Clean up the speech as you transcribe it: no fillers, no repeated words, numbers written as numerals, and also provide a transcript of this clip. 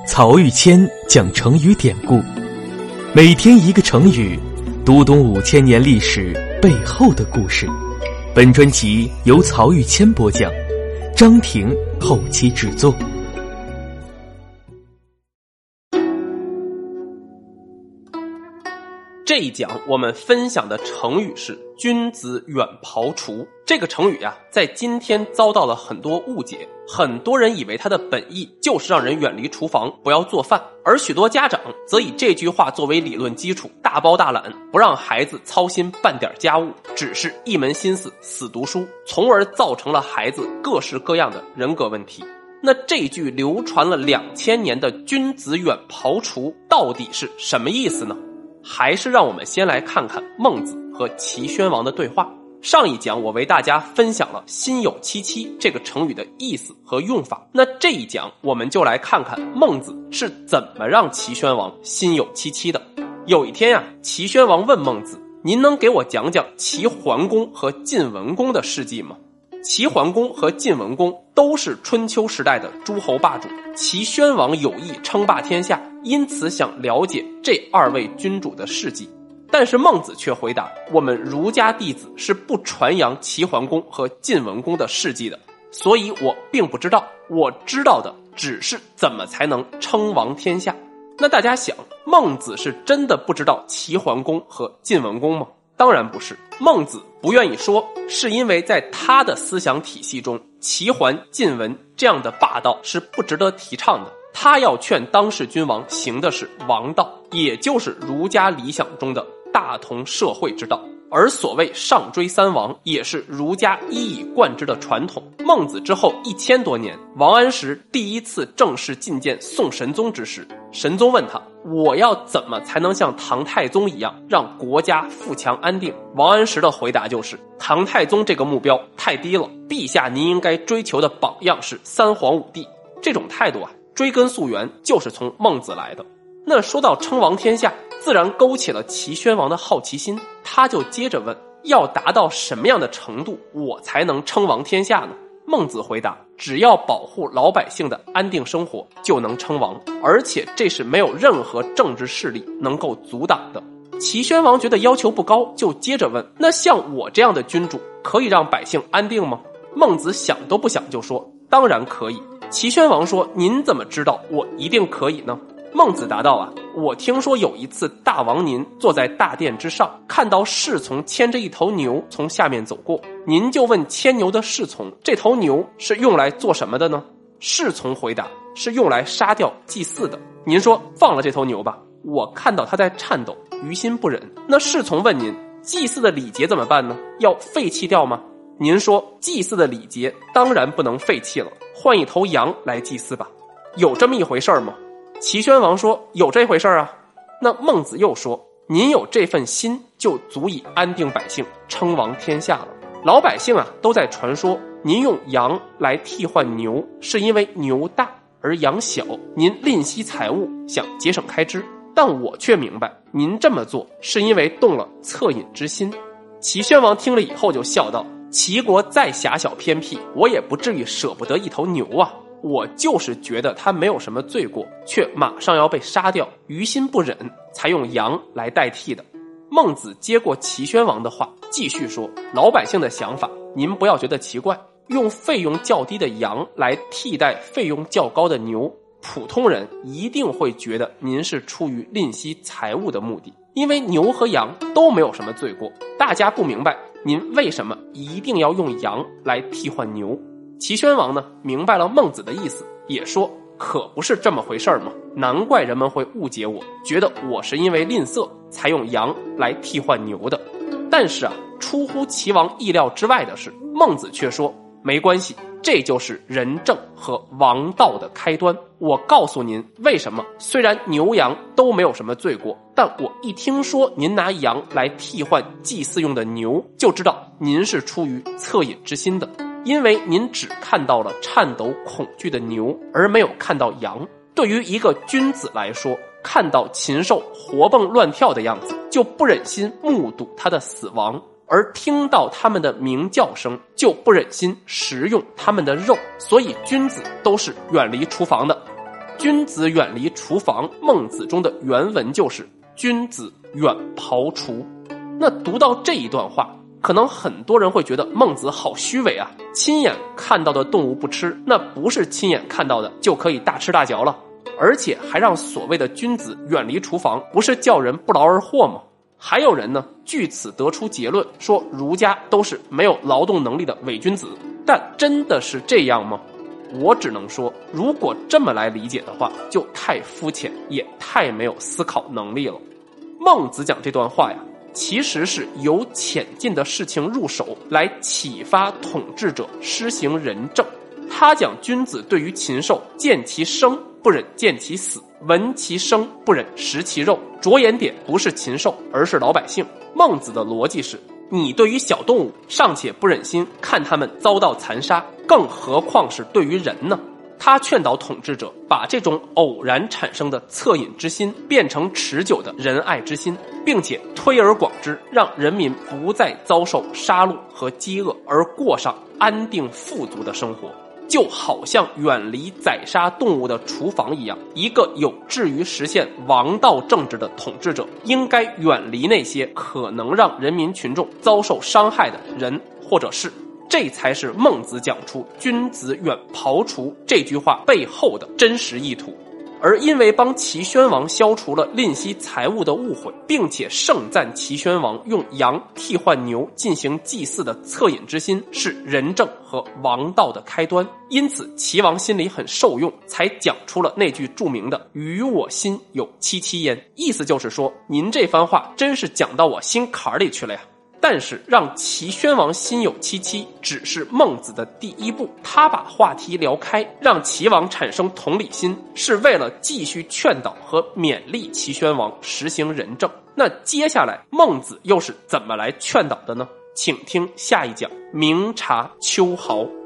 曹玉谦讲成语典故，每天一个成语，读懂5000年历史背后的故事。本专辑由曹玉谦播讲，张婷后期制作。 这一讲我们分享的成语是君子远庖厨。这个成语在今天遭到了很多误解，很多人以为它的本意就是让人远离厨房，不要做饭，而许多家长则以这句话作为理论基础，大包大揽，不让孩子操心半点家务，只是一门心思死读书，从而造成了孩子各式各样的人格问题。那这句流传了2000年的君子远庖厨到底是什么意思呢？还是让我们先来看看孟子和齐宣王的对话。上一讲我为大家分享了心有戚戚这个成语的意思和用法，那这一讲我们就来看看孟子是怎么让齐宣王心有戚戚的。有一天齐宣王问孟子，您能给我讲讲齐桓公和晋文公的事迹吗？齐桓公和晋文公都是春秋时代的诸侯霸主，齐宣王有意称霸天下，因此想了解这2位君主的事迹。但是孟子却回答，我们儒家弟子是不传扬齐桓公和晋文公的事迹的，所以我并不知道，我知道的只是怎么才能称王天下。那大家想，孟子是真的不知道齐桓公和晋文公吗？当然不是，孟子不愿意说，是因为在他的思想体系中，齐桓、晋文这样的霸道是不值得提倡的。他要劝当世君王行的是王道，也就是儒家理想中的大同社会之道。而所谓上追三王，也是儒家一以贯之的传统。孟子之后1000多年，王安石第一次正式觐见宋神宗之时，神宗问他，我要怎么才能像唐太宗一样让国家富强安定？王安石的回答就是，唐太宗这个目标太低了，陛下您应该追求的榜样是三皇五帝。这种态度追根溯源就是从孟子来的。那说到称王天下，自然勾起了齐宣王的好奇心，他就接着问，要达到什么样的程度我才能称王天下呢？孟子回答，只要保护老百姓的安定生活就能称王，而且这是没有任何政治势力能够阻挡的。齐宣王觉得要求不高，就接着问，那像我这样的君主可以让百姓安定吗？孟子想都不想就说，当然可以。齐宣王说，您怎么知道我一定可以呢？孟子答道我听说有一次大王您坐在大殿之上，看到侍从牵着一头牛从下面走过，您就问牵牛的侍从，这头牛是用来做什么的呢？侍从回答，是用来杀掉祭祀的。您说放了这头牛吧，我看到它在颤抖，于心不忍。那侍从问您，祭祀的礼节怎么办呢？要废弃掉吗？您说祭祀的礼节当然不能废弃了，换一头羊来祭祀吧。有这么一回事吗？齐宣王说，有这回事那孟子又说，您有这份心就足以安定百姓，称王天下了。老百姓都在传说，您用羊来替换牛，是因为牛大而羊小，您吝惜财物，想节省开支。但我却明白，您这么做是因为动了恻隐之心。齐宣王听了以后就笑道，齐国再狭小偏僻，我也不至于舍不得一头牛我就是觉得他没有什么罪过，却马上要被杀掉，于心不忍，才用羊来代替的。孟子接过齐宣王的话，继续说，老百姓的想法您不要觉得奇怪，用费用较低的羊来替代费用较高的牛，普通人一定会觉得您是出于吝惜财物的目的，因为牛和羊都没有什么罪过，大家不明白您为什么一定要用羊来替换牛。齐宣王明白了孟子的意思，也说，可不是这么回事吗？难怪人们会误解我，觉得我是因为吝啬才用羊来替换牛的。但是出乎齐王意料之外的是，孟子却说，没关系，这就是仁政和王道的开端。我告诉您为什么，虽然牛羊都没有什么罪过，但我一听说您拿羊来替换祭祀用的牛，就知道您是出于恻隐之心的。因为您只看到了颤抖恐惧的牛，而没有看到羊。对于一个君子来说，看到禽兽活蹦乱跳的样子，就不忍心目睹它的死亡，而听到他们的鸣叫声，就不忍心食用他们的肉。所以君子都是远离厨房的。 君子远离厨房，孟子中的原文就是君子远庖厨。那读到这一段话，可能很多人会觉得孟子好虚伪啊，亲眼看到的动物不吃，那不是亲眼看到的就可以大吃大嚼了，而且还让所谓的君子远离厨房，不是叫人不劳而获吗？还有人呢，据此得出结论，说儒家都是没有劳动能力的伪君子，但真的是这样吗？我只能说，如果这么来理解的话，就太肤浅，也太没有思考能力了。孟子讲这段话呀，其实是由浅近的事情入手，来启发统治者施行仁政。他讲君子对于禽兽，见其生不忍见其死，闻其声不忍食其肉，着眼点不是禽兽，而是老百姓。孟子的逻辑是，你对于小动物尚且不忍心看他们遭到残杀，更何况是对于人呢？他劝导统治者把这种偶然产生的恻隐之心变成持久的仁爱之心，并且推而广之，让人民不再遭受杀戮和饥饿，而过上安定富足的生活。就好像远离宰杀动物的厨房一样，一个有志于实现王道政治的统治者，应该远离那些可能让人民群众遭受伤害的人或者事。这才是孟子讲出君子远庖厨这句话背后的真实意图。而因为帮齐宣王消除了吝惜财物的误会，并且盛赞齐宣王用羊替换牛进行祭祀的恻隐之心是仁政和王道的开端，因此齐王心里很受用，才讲出了那句著名的于我心有戚戚焉，意思就是说，您这番话真是讲到我心坎里去了呀。但是让齐宣王心有戚戚只是孟子的第一步，他把话题聊开，让齐王产生同理心，是为了继续劝导和勉励齐宣王实行仁政。那接下来孟子又是怎么来劝导的呢？请听下一讲明察秋毫。